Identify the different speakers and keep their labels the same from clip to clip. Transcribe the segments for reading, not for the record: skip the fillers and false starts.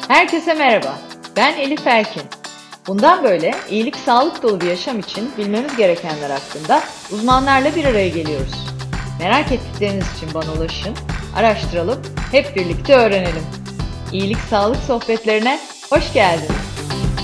Speaker 1: Herkese merhaba. Ben Elif Erkin. Bundan böyle iyilik, sağlık dolu bir yaşam için bilmemiz gerekenler hakkında uzmanlarla bir araya geliyoruz. Merak ettikleriniz için bana ulaşın, araştıralım, hep birlikte öğrenelim. İyilik, sağlık sohbetlerine hoş geldiniz.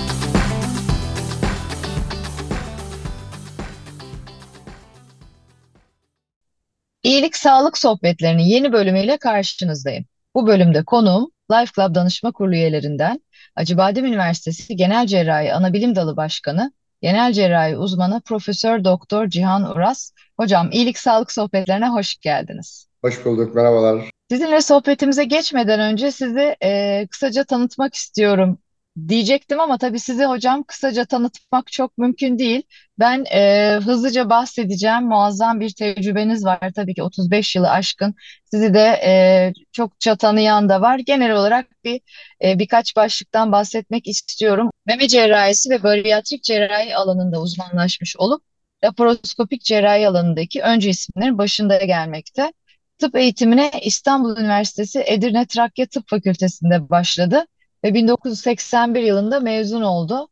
Speaker 1: İyilik Sağlık Sohbetlerinin yeni bölümüyle karşınızdayım. Bu bölümde konuğum Life Club Danışma Kurulu üyelerinden Acıbadem Üniversitesi Genel Cerrahi Anabilim Dalı Başkanı, Genel Cerrahi uzmanı Profesör Doktor Cihan Uras. Hocam, İyilik Sağlık Sohbetlerine hoş geldiniz.
Speaker 2: Hoş bulduk, merhabalar.
Speaker 1: Sizinle sohbetimize geçmeden önce sizi kısaca tanıtmak istiyorum diyecektim ama tabii sizi hocam kısaca tanıtmak çok mümkün değil. Ben hızlıca bahsedeceğim. Muazzam bir tecrübeniz var. Tabii ki 35 yılı aşkın. Sizi de çokça tanıyan da var. Genel olarak birkaç başlıktan bahsetmek istiyorum. Meme cerrahisi ve bariyatrik cerrahi alanında uzmanlaşmış olup laparoskopik cerrahi alanındaki öncü isimlerin başında gelmekte. Tıp eğitimine İstanbul Üniversitesi Edirne Trakya Tıp Fakültesi'nde başladı ve 1981 yılında mezun oldu.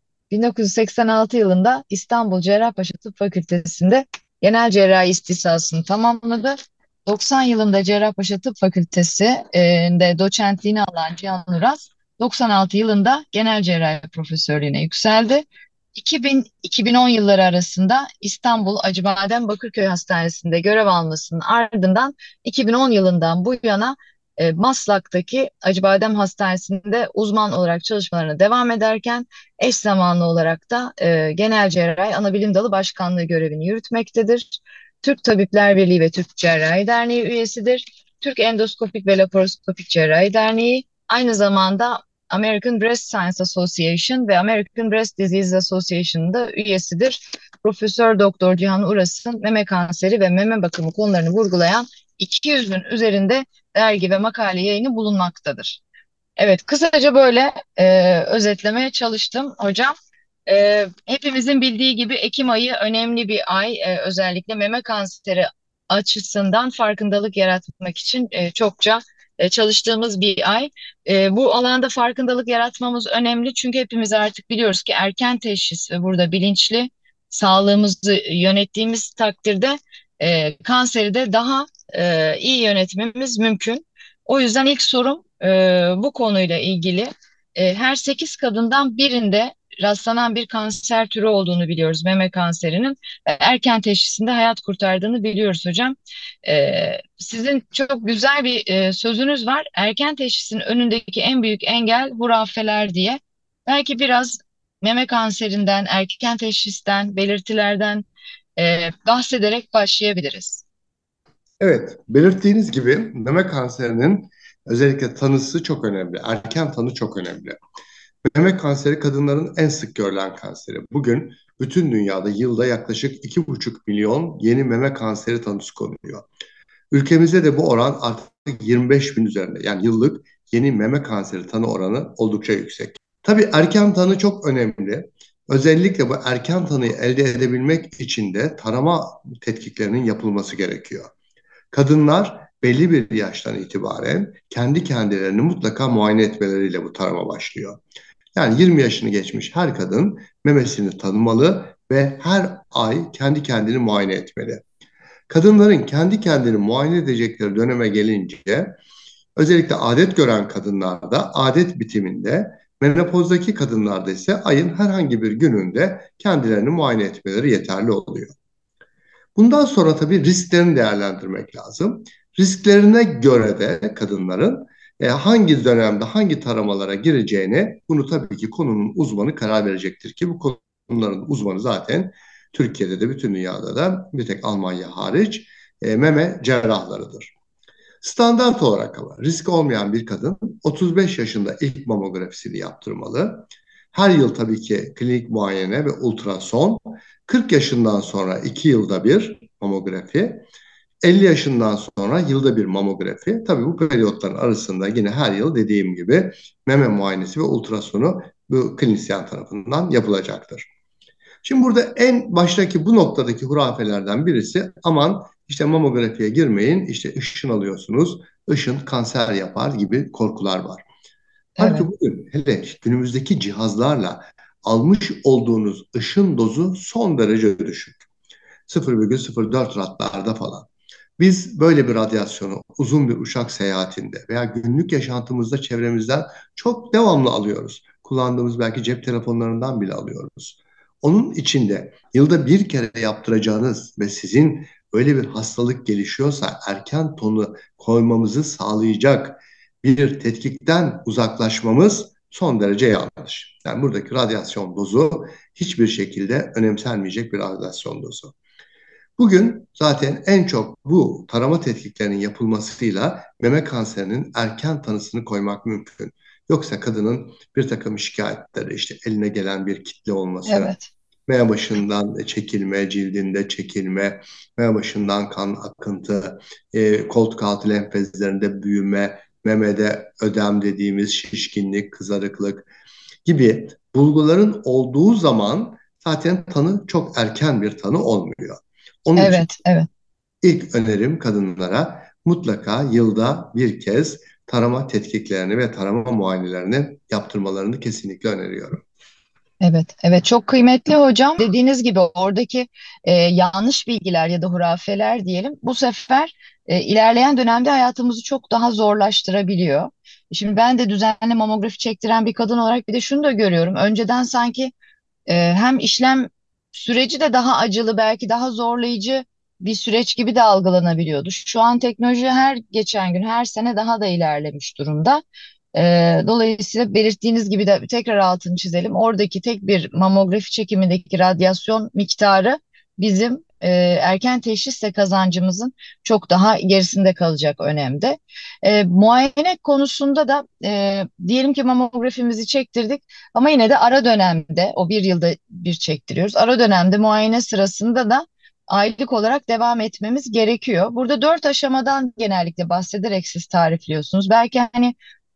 Speaker 1: 1986 yılında İstanbul Cerrahpaşa Tıp Fakültesi'nde genel cerrahi ihtisasını tamamladı. 90 yılında Cerrahpaşa Tıp Fakültesi'nde doçentliğini alan Cihan Uras, 96 yılında genel cerrahi profesörlüğüne yükseldi. 2000-2010 yılları arasında İstanbul Acıbadem Bakırköy Hastanesi'nde görev almasının ardından 2010 yılından bu yana Maslak'taki Acıbadem Hastanesi'nde uzman olarak çalışmalarına devam ederken eş zamanlı olarak da Genel Cerrahi Anabilim Dalı Başkanlığı görevini yürütmektedir. Türk Tabipler Birliği ve Türk Cerrahi Derneği üyesidir. Türk Endoskopik ve Laparoskopik Cerrahi Derneği, aynı zamanda American Breast Science Association ve American Breast Disease Association'da üyesidir. Profesör Doktor Cihan Uras'ın meme kanseri ve meme bakımı konularını vurgulayan 200'ün üzerinde dergi ve makale yayını bulunmaktadır. Evet, kısaca böyle özetlemeye çalıştım hocam. Hepimizin bildiği gibi Ekim ayı önemli bir ay. Özellikle meme kanseri açısından farkındalık yaratmak için çokça çalıştığımız bir ay. Bu alanda farkındalık yaratmamız önemli çünkü hepimiz artık biliyoruz ki erken teşhis ve burada bilinçli sağlığımızı yönettiğimiz takdirde kanseri de daha iyi yönetmemiz mümkün. O yüzden ilk sorum bu konuyla ilgili. Her 8 kadından birinde rastlanan bir kanser türü olduğunu biliyoruz, meme kanserinin. Erken teşhisinde hayat kurtardığını biliyoruz hocam. Sizin çok güzel bir sözünüz var. Erken teşhisin önündeki en büyük engel hurafeler diye. Belki biraz meme kanserinden, erken teşhisten, belirtilerden bahsederek başlayabiliriz.
Speaker 2: Evet, belirttiğiniz gibi meme kanserinin özellikle tanısı çok önemli. Erken tanı çok önemli. Meme kanseri kadınların en sık görülen kanseri. Bugün bütün dünyada yılda yaklaşık 2,5 milyon yeni meme kanseri tanısı konuluyor. Ülkemizde de bu oran artık 25 bin üzerinde. Yani yıllık yeni meme kanseri tanı oranı oldukça yüksek. Tabii erken tanı çok önemli. Özellikle bu erken tanıyı elde edebilmek için de tarama tetkiklerinin yapılması gerekiyor. Kadınlar belli bir yaştan itibaren kendi kendilerini mutlaka muayene etmeleriyle bu tarama başlıyor. Yani 20 yaşını geçmiş her kadın memesini tanımalı ve her ay kendi kendini muayene etmeli. Kadınların kendi kendini muayene edecekleri döneme gelince özellikle adet gören kadınlarda adet bitiminde, menopozdaki kadınlarda ise ayın herhangi bir gününde kendilerini muayene etmeleri yeterli oluyor. Bundan sonra tabii risklerini değerlendirmek lazım. Risklerine göre de kadınların hangi dönemde hangi taramalara gireceğini bunu tabii ki konunun uzmanı karar verecektir ki bu konuların uzmanı zaten Türkiye'de de bütün dünyada da bir tek Almanya hariç meme cerrahlarıdır. Standart olarak ama risk olmayan bir kadın 35 yaşında ilk mamografisini yaptırmalı. Her yıl tabii ki klinik muayene ve ultrason. 40 yaşından sonra 2 yılda bir mamografi. 50 yaşından sonra yılda bir mamografi. Tabii bu periyotların arasında yine her yıl dediğim gibi meme muayenesi ve ultrasonu bu klinisyen tarafından yapılacaktır. Şimdi burada en baştaki bu noktadaki hurafelerden birisi aman işte mamografiye girmeyin, işte ışın alıyorsunuz, ışın kanser yapar gibi korkular var. Halbuki
Speaker 1: Evet,
Speaker 2: bugün hele günümüzdeki cihazlarla almış olduğunuz ışın dozu son derece düşük. 0,04 ratlarda falan. Biz böyle bir radyasyonu uzun bir uçak seyahatinde veya günlük yaşantımızda çevremizden çok devamlı alıyoruz. Kullandığımız belki cep telefonlarından bile alıyoruz. Onun içinde yılda bir kere yaptıracağınız ve sizin öyle bir hastalık gelişiyorsa erken tonu koymamızı sağlayacak bir tetkikten uzaklaşmamız son derece yanlış. Yani buradaki radyasyon dozu hiçbir şekilde önemsenmeyecek bir radyasyon dozu. Bugün zaten en çok bu tarama tetkiklerinin yapılmasıyla meme kanserinin erken tanısını koymak mümkün. Yoksa kadının bir takım şikayetleri işte eline gelen bir kitle olması,
Speaker 1: evet,
Speaker 2: meme başından çekilme, cildinde çekilme, meme başından kan akıntı, koltuk altı lenf bezlerinde büyüme, memede ödem dediğimiz şişkinlik, kızarıklık gibi bulguların olduğu zaman zaten tanı çok erken bir tanı olmuyor. Onun için
Speaker 1: evet, evet.
Speaker 2: ilk önerim kadınlara mutlaka yılda bir kez tarama tetkiklerini ve tarama muayenelerini yaptırmalarını kesinlikle öneriyorum.
Speaker 1: Evet, evet, çok kıymetli hocam. Dediğiniz gibi oradaki yanlış bilgiler ya da hurafeler diyelim bu sefer ilerleyen dönemde hayatımızı çok daha zorlaştırabiliyor. Şimdi ben de düzenli mamografi çektiren bir kadın olarak bir de şunu da görüyorum. Önceden sanki hem işlem süreci de daha acılı, belki daha zorlayıcı bir süreç gibi de algılanabiliyordu. Şu an teknoloji her geçen gün, her sene daha da ilerlemiş durumda. Dolayısıyla belirttiğiniz gibi de tekrar altını çizelim. Oradaki tek bir mamografi çekimindeki radyasyon miktarı bizim erken teşhisle kazancımızın çok daha gerisinde kalacak önemde. Muayene konusunda da diyelim ki mamografimizi çektirdik ama yine de ara dönemde o bir yılda bir çektiriyoruz. Ara dönemde muayene sırasında da aylık olarak devam etmemiz gerekiyor. Burada 4 aşamadan genellikle bahsederek siz tarifliyorsunuz. Belki hani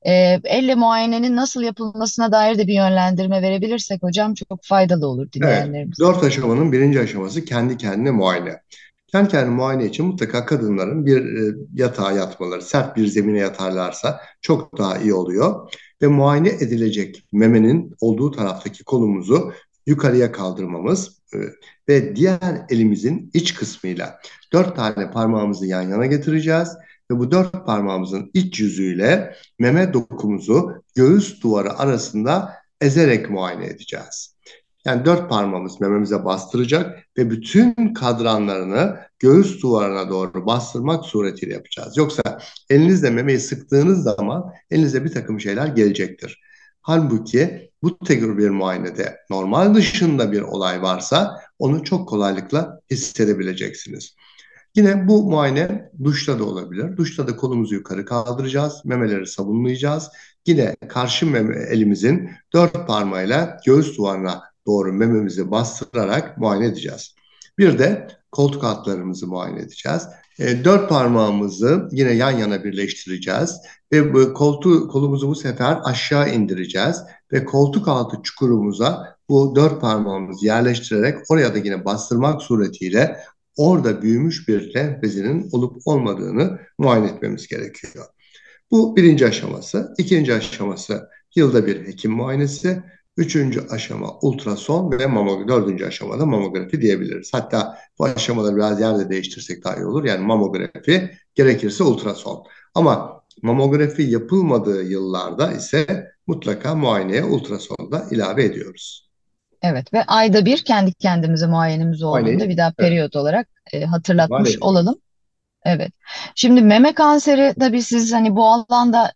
Speaker 1: elle muayenenin nasıl yapılmasına dair de bir yönlendirme verebilirsek hocam çok faydalı olur
Speaker 2: Evet,
Speaker 1: dinleyenlerimiz.
Speaker 2: 4 aşamanın birinci aşaması kendi kendine muayene. Kendi kendine muayene için mutlaka kadınların bir yatağa yatmaları, sert bir zemine yatarlarsa çok daha iyi oluyor. Ve muayene edilecek memenin olduğu taraftaki kolumuzu yukarıya kaldırmamız ve diğer elimizin iç kısmıyla 4 tane parmağımızı yan yana getireceğiz. Ve bu 4 parmağımızın iç yüzüyle meme dokumuzu göğüs duvarı arasında ezerek muayene edeceğiz. Yani 4 parmağımız mememize bastıracak ve bütün kadranlarını göğüs duvarına doğru bastırmak suretiyle yapacağız. Yoksa elinizle memeyi sıktığınız zaman elinize bir takım şeyler gelecektir. Halbuki bu tür bir muayenede normal dışında bir olay varsa onu çok kolaylıkla hissedebileceksiniz. Yine bu muayene duşta da olabilir. Duşta da kolumuzu yukarı kaldıracağız, memeleri sabunlayacağız. Yine karşı elimizin 4 parmağıyla göğüs duvarına doğru mememizi bastırarak muayene edeceğiz. Bir de koltuk altlarımızı muayene edeceğiz. 4 parmağımızı yine yan yana birleştireceğiz ve bu kolumuzu bu sefer aşağı indireceğiz ve koltuk altı çukurumuza bu 4 parmağımızı yerleştirerek oraya da yine bastırmak suretiyle orada büyümüş bir lenf bezinin olup olmadığını muayene etmemiz gerekiyor. Bu birinci aşaması. İkinci aşaması yılda bir hekim muayenesi. Üçüncü aşama ultrason ve mamografi. Dördüncü aşamada mamografi diyebiliriz. Hatta bu aşamaları biraz yerde değiştirsek daha iyi olur. Yani mamografi gerekirse ultrason. Ama mamografi yapılmadığı yıllarda ise mutlaka muayeneye ultrasonu da ilave ediyoruz.
Speaker 1: Evet ve ayda bir kendi kendimize muayenemiz olduğunda
Speaker 2: Muayeneyi
Speaker 1: bir daha
Speaker 2: evet,
Speaker 1: periyot olarak
Speaker 2: ihmal
Speaker 1: hatırlatmış olalım.
Speaker 2: etmiyoruz.
Speaker 1: Evet. Şimdi meme kanseri tabii siz hani bu alanda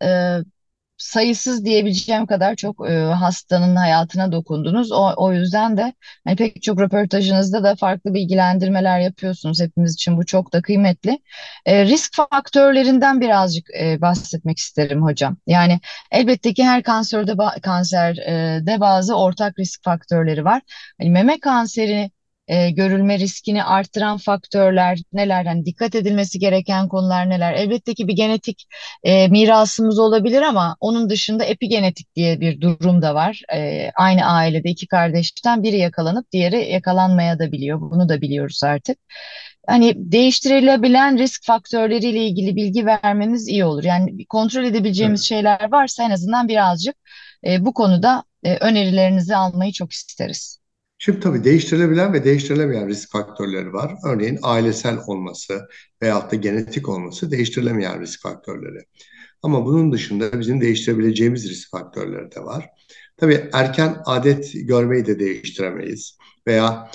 Speaker 1: sayısız diyebileceğim kadar çok hastanın hayatına dokundunuz. O yüzden de hani pek çok röportajınızda da farklı bilgilendirmeler yapıyorsunuz. Hepimiz için bu çok da kıymetli. Risk faktörlerinden birazcık bahsetmek isterim hocam. Yani elbette ki her kanserde bazı ortak risk faktörleri var. Hani meme kanseri görülme riskini arttıran faktörler neler? Hani dikkat edilmesi gereken konular neler? Elbette ki bir genetik mirasımız olabilir ama onun dışında epigenetik diye bir durum da var. Aynı ailede iki kardeşten biri yakalanıp diğeri yakalanmaya da biliyor. Bunu da biliyoruz artık. hani değiştirilebilen risk faktörleriyle ilgili bilgi vermeniz iyi olur. Yani kontrol edebileceğimiz
Speaker 2: Evet.
Speaker 1: şeyler varsa en azından birazcık bu konuda önerilerinizi almayı çok isteriz.
Speaker 2: Şimdi tabii değiştirilebilen ve değiştirilemeyen risk faktörleri var. Örneğin ailesel olması veyahut da genetik olması değiştirilemeyen risk faktörleri. Ama bunun dışında bizim değiştirebileceğimiz risk faktörleri de var. Tabii erken adet görmeyi de değiştiremeyiz veya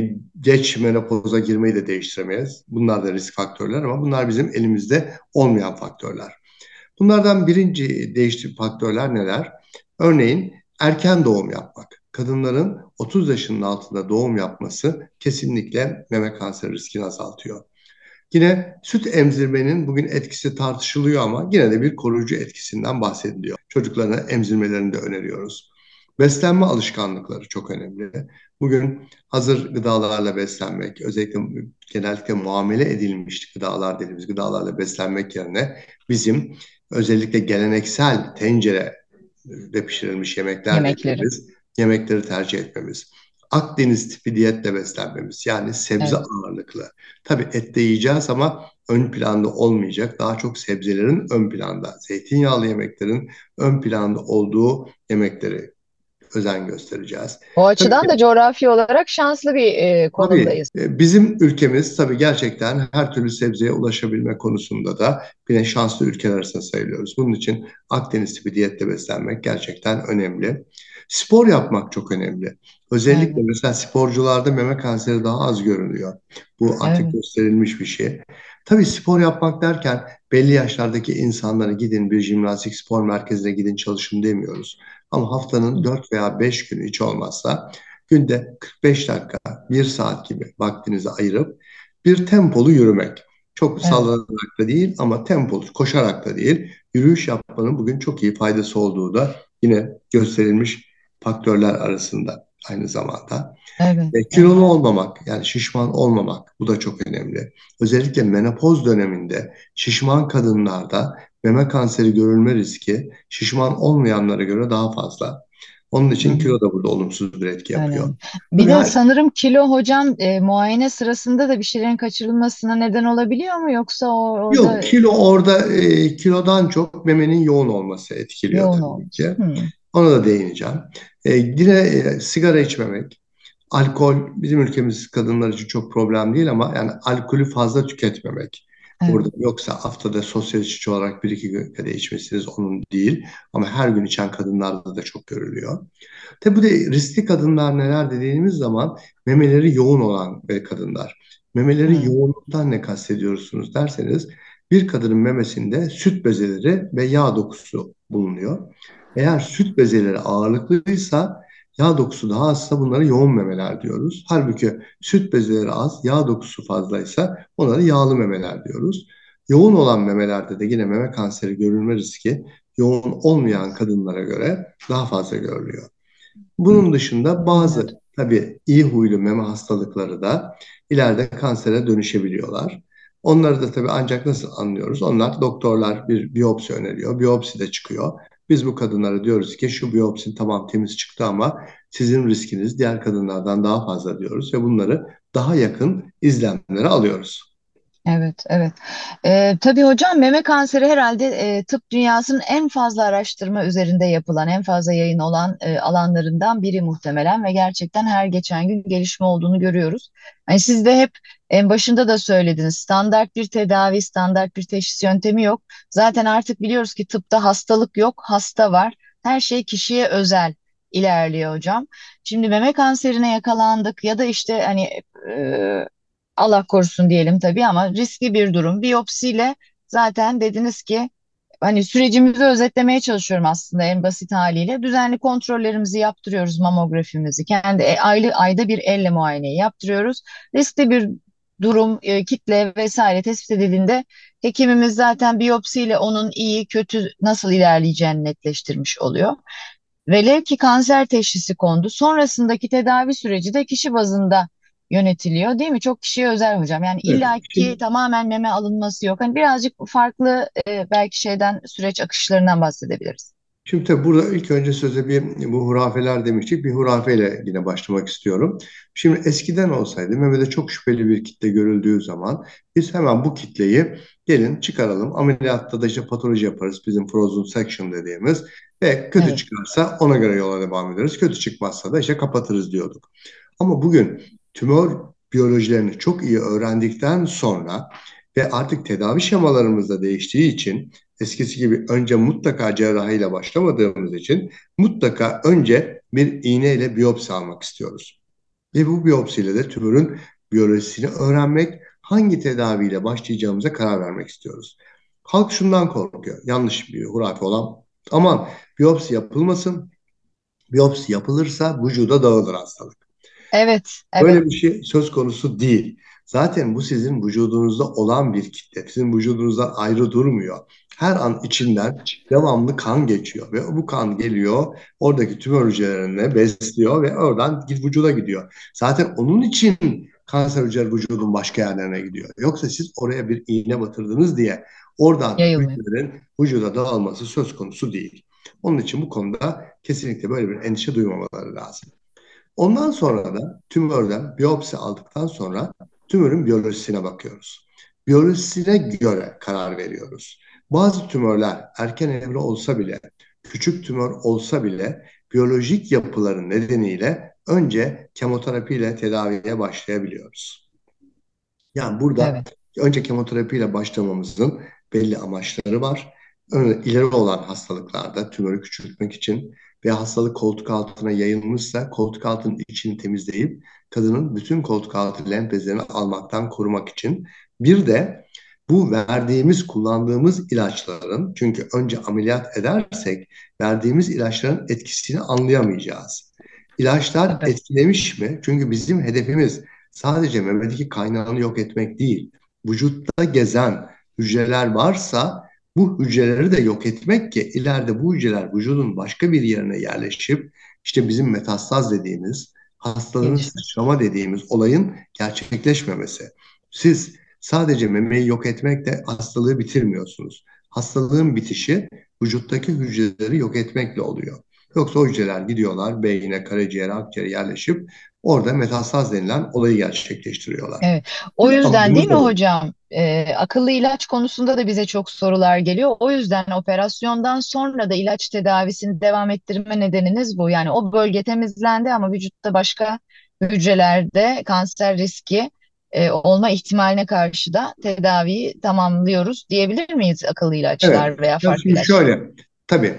Speaker 2: geç menopoza girmeyi de değiştiremeyiz. Bunlar da risk faktörler ama bunlar bizim elimizde olmayan faktörler. Bunlardan birinci değiştiği faktörler neler? Örneğin erken doğum yapmak. Kadınların 30 yaşının altında doğum yapması kesinlikle meme kanseri riskini azaltıyor. Yine süt emzirmenin bugün etkisi tartışılıyor ama yine de bir koruyucu etkisinden bahsediliyor. Çocuklarına emzirmelerini de öneriyoruz. Beslenme alışkanlıkları çok önemli. Bugün hazır gıdalarla beslenmek, özellikle genellikle muamele edilmiş gıdalar dediğimiz gıdalarla beslenmek yerine bizim özellikle geleneksel tencerede pişirilmiş yemekler
Speaker 1: Yemekleri.
Speaker 2: dediğimiz yemekleri tercih etmemiz. Akdeniz tipi diyetle beslenmemiz yani sebze
Speaker 1: Evet.
Speaker 2: ağırlıklı. Tabii et de yiyeceğiz ama ön planda olmayacak. Daha çok sebzelerin ön planda, zeytinyağlı yemeklerin ön planda olduğu yemekleri özen göstereceğiz.
Speaker 1: O
Speaker 2: Tabii
Speaker 1: açıdan da coğrafi olarak şanslı bir
Speaker 2: Tabii
Speaker 1: konumdayız.
Speaker 2: bizim ülkemiz tabii gerçekten her türlü sebzeye ulaşabilme konusunda da yine şanslı ülkeler arasında sayılıyoruz. Bunun için Akdeniz tipi diyette beslenmek gerçekten önemli. Spor yapmak çok önemli. Özellikle
Speaker 1: Evet,
Speaker 2: mesela sporcularda meme kanseri daha az görülüyor. Bu artık
Speaker 1: evet.
Speaker 2: gösterilmiş bir şey. Tabii spor yapmak derken belli yaşlardaki insanlara gidin bir jimnastik spor merkezine gidin çalışın demiyoruz. Ama haftanın 4 veya 5 günü hiç olmazsa günde 45 dakika, 1 saat gibi vaktinizi ayırıp bir tempolu yürümek. Çok
Speaker 1: Evet,
Speaker 2: sallanarak da değil ama tempolu, koşarak da değil. Yürüyüş yapmanın bugün çok iyi faydası olduğu da yine gösterilmiş faktörler arasında aynı zamanda.
Speaker 1: evet, evet.
Speaker 2: Kilolu olmamak, yani şişman olmamak bu da çok önemli. Özellikle menopoz döneminde şişman kadınlarda meme kanseri görülme riski şişman olmayanlara göre daha fazla. Onun
Speaker 1: Hı
Speaker 2: için
Speaker 1: hı.
Speaker 2: kilo da burada olumsuz bir etki yapıyor.
Speaker 1: Önemli. Bir
Speaker 2: Tabii
Speaker 1: de
Speaker 2: her
Speaker 1: sanırım kilo hocam muayene sırasında da bir şeylerin kaçırılmasına neden olabiliyor mu? Yoksa
Speaker 2: yok
Speaker 1: orada
Speaker 2: kilo orada kilodan çok memenin yoğun olması etkiliyor
Speaker 1: yoğun
Speaker 2: tabii
Speaker 1: olması.
Speaker 2: ki.
Speaker 1: Hı,
Speaker 2: Ona da değineceğim. Yine sigara içmemek, alkol bizim ülkemiz kadınlar için çok problem değil ama yani alkolü fazla tüketmemek. Burada
Speaker 1: evet.
Speaker 2: yoksa haftada sosyal içici olarak bir iki gün de içmesiniz onun değil ama her gün içen kadınlarda da çok görülüyor. Tabi bu da riskli kadınlar neler dediğimiz zaman memeleri yoğun olan kadınlar. Memeleri
Speaker 1: Hı,
Speaker 2: yoğunluktan ne kastediyorsunuz derseniz bir kadının memesinde süt bezeleri ve yağ dokusu bulunuyor. Eğer süt bezeleri ağırlıklıysa yağ dokusu daha azsa bunlara yoğun memeler diyoruz. Halbuki süt bezeleri az, yağ dokusu fazlaysa onlara yağlı memeler diyoruz. Yoğun olan memelerde de yine meme kanseri görülme riski yoğun olmayan kadınlara göre daha fazla görülüyor. Bunun dışında
Speaker 1: bunu bilmiyordum.
Speaker 2: bazı tabii iyi huylu meme hastalıkları da ileride kansere dönüşebiliyorlar. Onları da tabii ancak nasıl anlıyoruz? Onlar doktorlar bir biyopsi öneriyor. Biyopsi de çıkıyor. Biz bu kadınlara diyoruz ki şu biyopsin tamam temiz çıktı ama sizin riskiniz diğer kadınlardan daha fazla diyoruz ve bunları daha yakın izlemlere alıyoruz.
Speaker 1: Evet, evet. Tabii hocam meme kanseri herhalde tıp dünyasının en fazla araştırma üzerinde yapılan, en fazla yayın olan alanlarından biri muhtemelen ve gerçekten her geçen gün gelişme olduğunu görüyoruz. Hani siz de hep en başında da söylediniz, standart bir tedavi, standart bir teşhis yöntemi yok. Zaten artık biliyoruz ki tıpta hastalık yok, hasta var. Her şey kişiye özel ilerliyor hocam. Şimdi meme kanserine yakalandık ya da işte hani Allah korusun diyelim tabii ama riskli bir durum. Biyopsiyle zaten dediniz ki hani sürecimizi özetlemeye çalışıyorum aslında en basit haliyle. Düzenli kontrollerimizi yaptırıyoruz, mamografimizi. Kendi ayda bir elle muayeneyi yaptırıyoruz. Riskli bir durum, kitle vesaire tespit edildiğinde hekimimiz zaten biyopsiyle onun iyi, kötü nasıl ilerleyeceğini netleştirmiş oluyor. Velev ki kanser teşhisi kondu. Sonrasındaki tedavi süreci de kişi bazında yönetiliyor, değil mi? Çok kişiye özel hocam. Yani
Speaker 2: Evet.
Speaker 1: illaki
Speaker 2: Şimdi
Speaker 1: tamamen meme alınması yok. Hani birazcık farklı belki şeyden süreç akışlarından bahsedebiliriz.
Speaker 2: Şimdi tabii burada ilk önce söze bu hurafeler demiştik. Bir hurafeyle yine başlamak istiyorum. Şimdi eskiden olsaydı Mehmet'e çok şüpheli bir kitle görüldüğü zaman biz hemen bu kitleyi gelin çıkaralım. Ameliyatta da işte patoloji yaparız bizim frozen section dediğimiz ve kötü
Speaker 1: Evet,
Speaker 2: çıkarsa ona göre yola devam ederiz. Kötü çıkmazsa da işte kapatırız diyorduk. Ama bugün tümör biyolojilerini çok iyi öğrendikten sonra ve artık tedavi şemalarımız da değiştiği için eskisi gibi önce mutlaka cerrahiyle başlamadığımız için mutlaka önce bir iğneyle biyopsi almak istiyoruz. Ve bu biyopsiyle de tümörün biyolojisini öğrenmek, hangi tedaviyle başlayacağımıza karar vermek istiyoruz. Halk şundan korkuyor. Yanlış bir hurafe olan. Aman biyopsi yapılmasın. Biyopsi yapılırsa vücuda dağılır hastalık.
Speaker 1: evet, evet,
Speaker 2: Böyle bir şey söz konusu değil. Zaten bu sizin vücudunuzda olan bir kitle. Sizin vücudunuzdan ayrı durmuyor. Her an içinden devamlı kan geçiyor ve bu kan geliyor, oradaki tümör hücrelerini besliyor ve oradan vücuda gidiyor. Zaten onun için kanser hücreleri vücudun başka yerlerine gidiyor. Yoksa siz oraya bir iğne batırdınız diye oradan
Speaker 1: yayılmıyor.
Speaker 2: hücrelerin vücuda dağılması söz konusu değil. Onun için bu konuda kesinlikle böyle bir endişe duymamaları lazım. Ondan sonra da tümörden biyopsi aldıktan sonra tümörün biyolojisine bakıyoruz. Biyolojisine göre karar veriyoruz. Bazı tümörler erken evre olsa bile, küçük tümör olsa bile biyolojik yapıları nedeniyle önce kemoterapiyle tedaviye başlayabiliyoruz. Yani burada
Speaker 1: Evet,
Speaker 2: önce kemoterapiyle başlamamızın belli amaçları var. İleri olan hastalıklarda tümörü küçültmek için ve hastalık koltuk altına yayılmışsa koltuk altının içini temizleyip kadının bütün koltuk altı lenf bezlerini almaktan korumak için. Bir de bu verdiğimiz, kullandığımız ilaçların, çünkü önce ameliyat edersek verdiğimiz ilaçların etkisini anlayamayacağız. İlaçlar
Speaker 1: tabii,
Speaker 2: etkilemiş mi? Çünkü bizim hedefimiz sadece memedeki kaynağını yok etmek değil, vücutta gezen hücreler varsa bu hücreleri de yok etmek ki ileride bu hücreler vücudun başka bir yerine yerleşip işte bizim metastaz dediğimiz, hastalığın
Speaker 1: gelişmesi.
Speaker 2: sıçrama dediğimiz olayın gerçekleşmemesi. Siz sadece memeyi yok etmekle hastalığı bitirmiyorsunuz. Hastalığın bitişi vücuttaki hücreleri yok etmekle oluyor. Yoksa o hücreler gidiyorlar beyine, karaciğere, akciğere yerleşip orada metastaz denilen olayı gerçekleştiriyorlar.
Speaker 1: Evet.
Speaker 2: Bir
Speaker 1: O
Speaker 2: de
Speaker 1: yüzden değil
Speaker 2: amacımız
Speaker 1: mi
Speaker 2: da bu.
Speaker 1: hocam? Akıllı ilaç konusunda da bize çok sorular geliyor. O yüzden operasyondan sonra da ilaç tedavisini devam ettirme nedeniniz bu. Yani o bölge temizlendi ama vücutta başka hücrelerde kanser riski olma ihtimaline karşı da tedaviyi tamamlıyoruz diyebilir miyiz akıllı
Speaker 2: Evet.
Speaker 1: ilaçlar veya
Speaker 2: Ya
Speaker 1: farklı
Speaker 2: şimdi
Speaker 1: ilaçlar?
Speaker 2: şöyle. Tabii.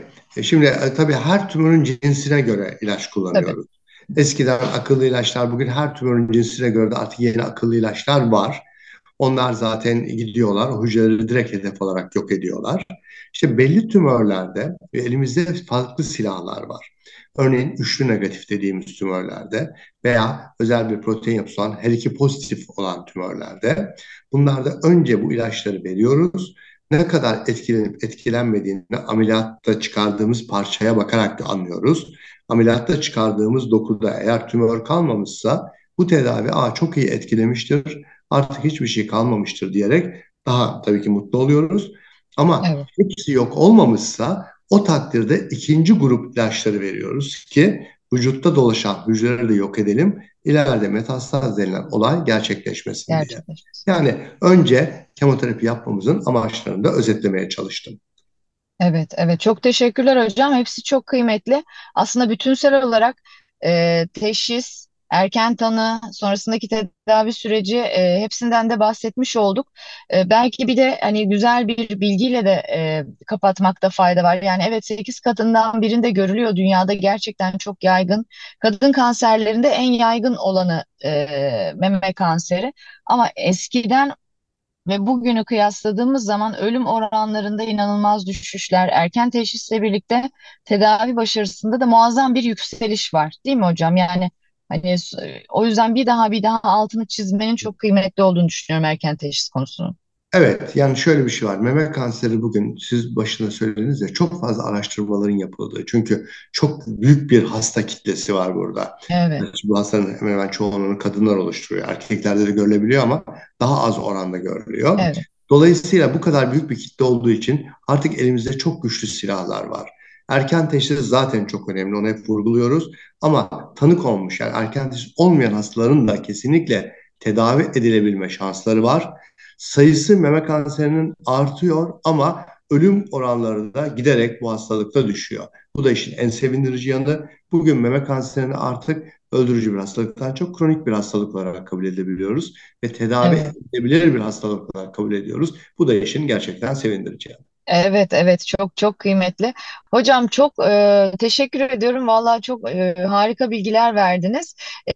Speaker 2: Tabii her tümörün cinsine göre ilaç
Speaker 1: Tabii.
Speaker 2: kullanıyoruz. Eskiden akıllı ilaçlar, bugün her tümörün cinsine göre de artık yeni akıllı ilaçlar var. Onlar zaten gidiyorlar, o hücreleri direkt hedef alarak yok ediyorlar. İşte belli tümörlerde elimizde farklı silahlar var. Örneğin üçlü negatif dediğimiz tümörlerde veya özel bir protein yapısı olan her pozitif olan tümörlerde bunlarda önce bu ilaçları veriyoruz. Ne kadar etkilenip etkilenmediğini ameliyatta çıkardığımız parçaya bakarak da anlıyoruz. Ameliyatta çıkardığımız dokuda eğer tümör kalmamışsa bu tedavi çok iyi etkilemiştir, artık hiçbir şey kalmamıştır diyerek daha tabii ki mutlu oluyoruz. Ama
Speaker 1: Evet.
Speaker 2: hepsi yok olmamışsa o takdirde ikinci grup ilaçları veriyoruz ki vücutta dolaşan hücreleri de yok edelim. İleride metastaz denilen olay gerçekleşmesin diye.
Speaker 1: Gerçekleşmesi.
Speaker 2: Yani önce kemoterapi yapmamızın amaçlarını da özetlemeye çalıştım.
Speaker 1: Evet, evet. Çok teşekkürler hocam. Hepsi çok kıymetli. Aslında bütünsel olarak teşhis, erken tanı, sonrasındaki tedavi süreci hepsinden de bahsetmiş olduk. Belki bir de hani güzel bir bilgiyle de kapatmakta fayda var. Yani evet 8 kadından birinde görülüyor. Dünyada gerçekten çok yaygın. Kadın kanserlerinde en yaygın olanı meme kanseri. Ama eskiden ve bugünü kıyasladığımız zaman ölüm oranlarında inanılmaz düşüşler, erken teşhisle birlikte tedavi başarısında da muazzam bir yükseliş var, değil mi hocam? Yani hani o yüzden bir daha altını çizmenin çok kıymetli olduğunu düşünüyorum erken teşhis konusunun.
Speaker 2: Evet, yani şöyle bir şey var. Meme kanseri bugün siz başında söylediniz ya çok fazla araştırmaların yapıldığı. Çünkü çok büyük bir hasta kitlesi var burada.
Speaker 1: Evet,
Speaker 2: Yani bu hastaların hemen hemen çoğunluğunu kadınlar oluşturuyor. Erkeklerde de görülebiliyor ama daha az oranda görülüyor.
Speaker 1: evet,
Speaker 2: Dolayısıyla bu kadar büyük bir kitle olduğu için artık elimizde çok güçlü silahlar var. Erken teşhis zaten çok önemli, onu hep vurguluyoruz. Ama tanı konmuş, yani erken teşhis olmayan hastaların da kesinlikle tedavi edilebilme şansları var. Sayısı meme kanserinin artıyor ama ölüm oranları da giderek bu hastalıkta düşüyor. Bu da işin en sevindirici yanı. Bugün meme kanserini artık öldürücü bir hastalıktan çok kronik bir hastalık olarak kabul edebiliyoruz ve tedavi
Speaker 1: Evet.
Speaker 2: edilebilir bir hastalık olarak kabul ediyoruz. Bu da işin gerçekten sevindirici yanı.
Speaker 1: Evet, evet, çok çok kıymetli. Hocam çok teşekkür ediyorum. Vallahi çok harika bilgiler verdiniz.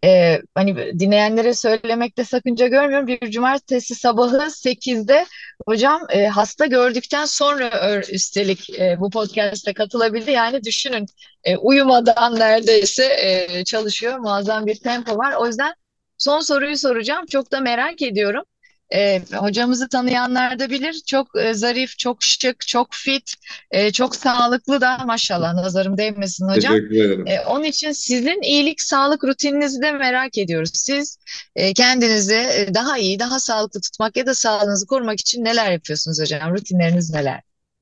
Speaker 1: Hani dinleyenlere söylemekte sakınca görmüyorum. Bir cumartesi sabahı 8'de hocam hasta gördükten sonra üstelik bu podcast'e katılabildi. Yani düşünün, uyumadan neredeyse çalışıyor. Muazzam bir tempo var. O yüzden son soruyu soracağım. Çok da merak ediyorum. Hocamızı tanıyanlar da bilir. Çok zarif, çok şık, çok fit, çok sağlıklı da maşallah, nazarım değmesin hocam.
Speaker 2: Teşekkür ederim.
Speaker 1: Onun için sizin iyilik, sağlık rutininizi de merak ediyoruz. Siz kendinizi daha iyi, daha sağlıklı tutmak ya da sağlığınızı korumak için neler yapıyorsunuz hocam? Rutinleriniz neler?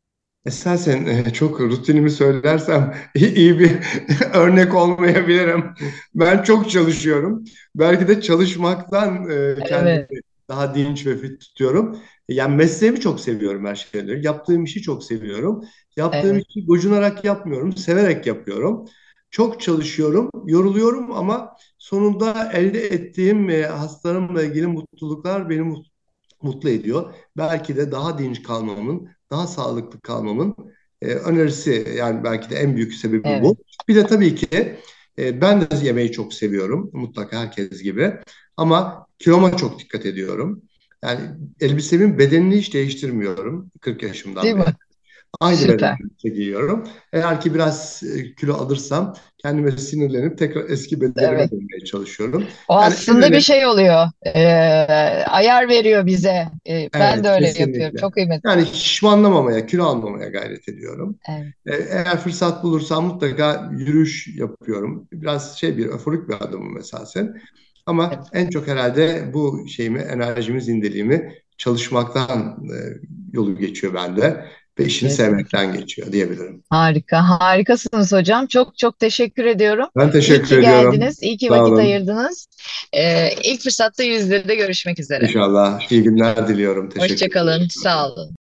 Speaker 2: Esasen çok rutinimi söylersem iyi bir örnek olmayabilirim. Ben çok çalışıyorum. Belki de çalışmaktan kendimi
Speaker 1: Evet,
Speaker 2: daha dinç ve fit tutuyorum. Yani mesleğimi çok seviyorum her şeyden önce. Yaptığım işi çok seviyorum. Yaptığım
Speaker 1: evet,
Speaker 2: işi gocunarak yapmıyorum, severek yapıyorum. Çok çalışıyorum, yoruluyorum ama sonunda elde ettiğim hastalarımla ilgili mutluluklar beni mutlu ediyor. Belki de daha dinç kalmamın, daha sağlıklı kalmamın önerisi, yani belki de en büyük sebebi bu.
Speaker 1: evet.
Speaker 2: Bir de tabii ki ben de yemeği çok seviyorum, mutlaka herkes gibi. Ama kiloma çok dikkat ediyorum. Yani elbisemin bedenini hiç değiştirmiyorum 40
Speaker 1: Değil
Speaker 2: yaşımdan beri.
Speaker 1: mi?
Speaker 2: Aynı
Speaker 1: Süper.
Speaker 2: bedenimde giyiyorum. Eğer ki biraz kilo alırsam kendime sinirlenip tekrar eski bedenime
Speaker 1: Evet.
Speaker 2: dönmeye çalışıyorum.
Speaker 1: O
Speaker 2: Yani en
Speaker 1: aslında bir
Speaker 2: önemli.
Speaker 1: şey oluyor. Ayar veriyor bize. Ben de
Speaker 2: Evet,
Speaker 1: öyle yapıyorum.
Speaker 2: kesinlikle.
Speaker 1: Çok kıymetli.
Speaker 2: Yani şişmanlamamaya, kilo almamaya gayret ediyorum.
Speaker 1: Evet,
Speaker 2: Eğer fırsat bulursam mutlaka yürüyüş yapıyorum. Biraz bir öforik bir adamım esasen. Ama
Speaker 1: evet.
Speaker 2: en çok herhalde bu enerjimi, zindeliğimi çalışmaktan yolu geçiyor bende. Ve işini
Speaker 1: Kesinlikle.
Speaker 2: sevmekten geçiyor diyebilirim.
Speaker 1: Harika, harikasınız hocam. Çok çok teşekkür ediyorum.
Speaker 2: Ben
Speaker 1: İyi
Speaker 2: teşekkür
Speaker 1: ki
Speaker 2: ediyorum.
Speaker 1: geldiniz, iyi ki
Speaker 2: Sağ
Speaker 1: vakit
Speaker 2: olun.
Speaker 1: ayırdınız. İlk fırsatta yüzde de görüşmek üzere.
Speaker 2: İnşallah iyi günler diliyorum. Teşekkür
Speaker 1: Hoşça kalın,
Speaker 2: ederim.
Speaker 1: sağ olun.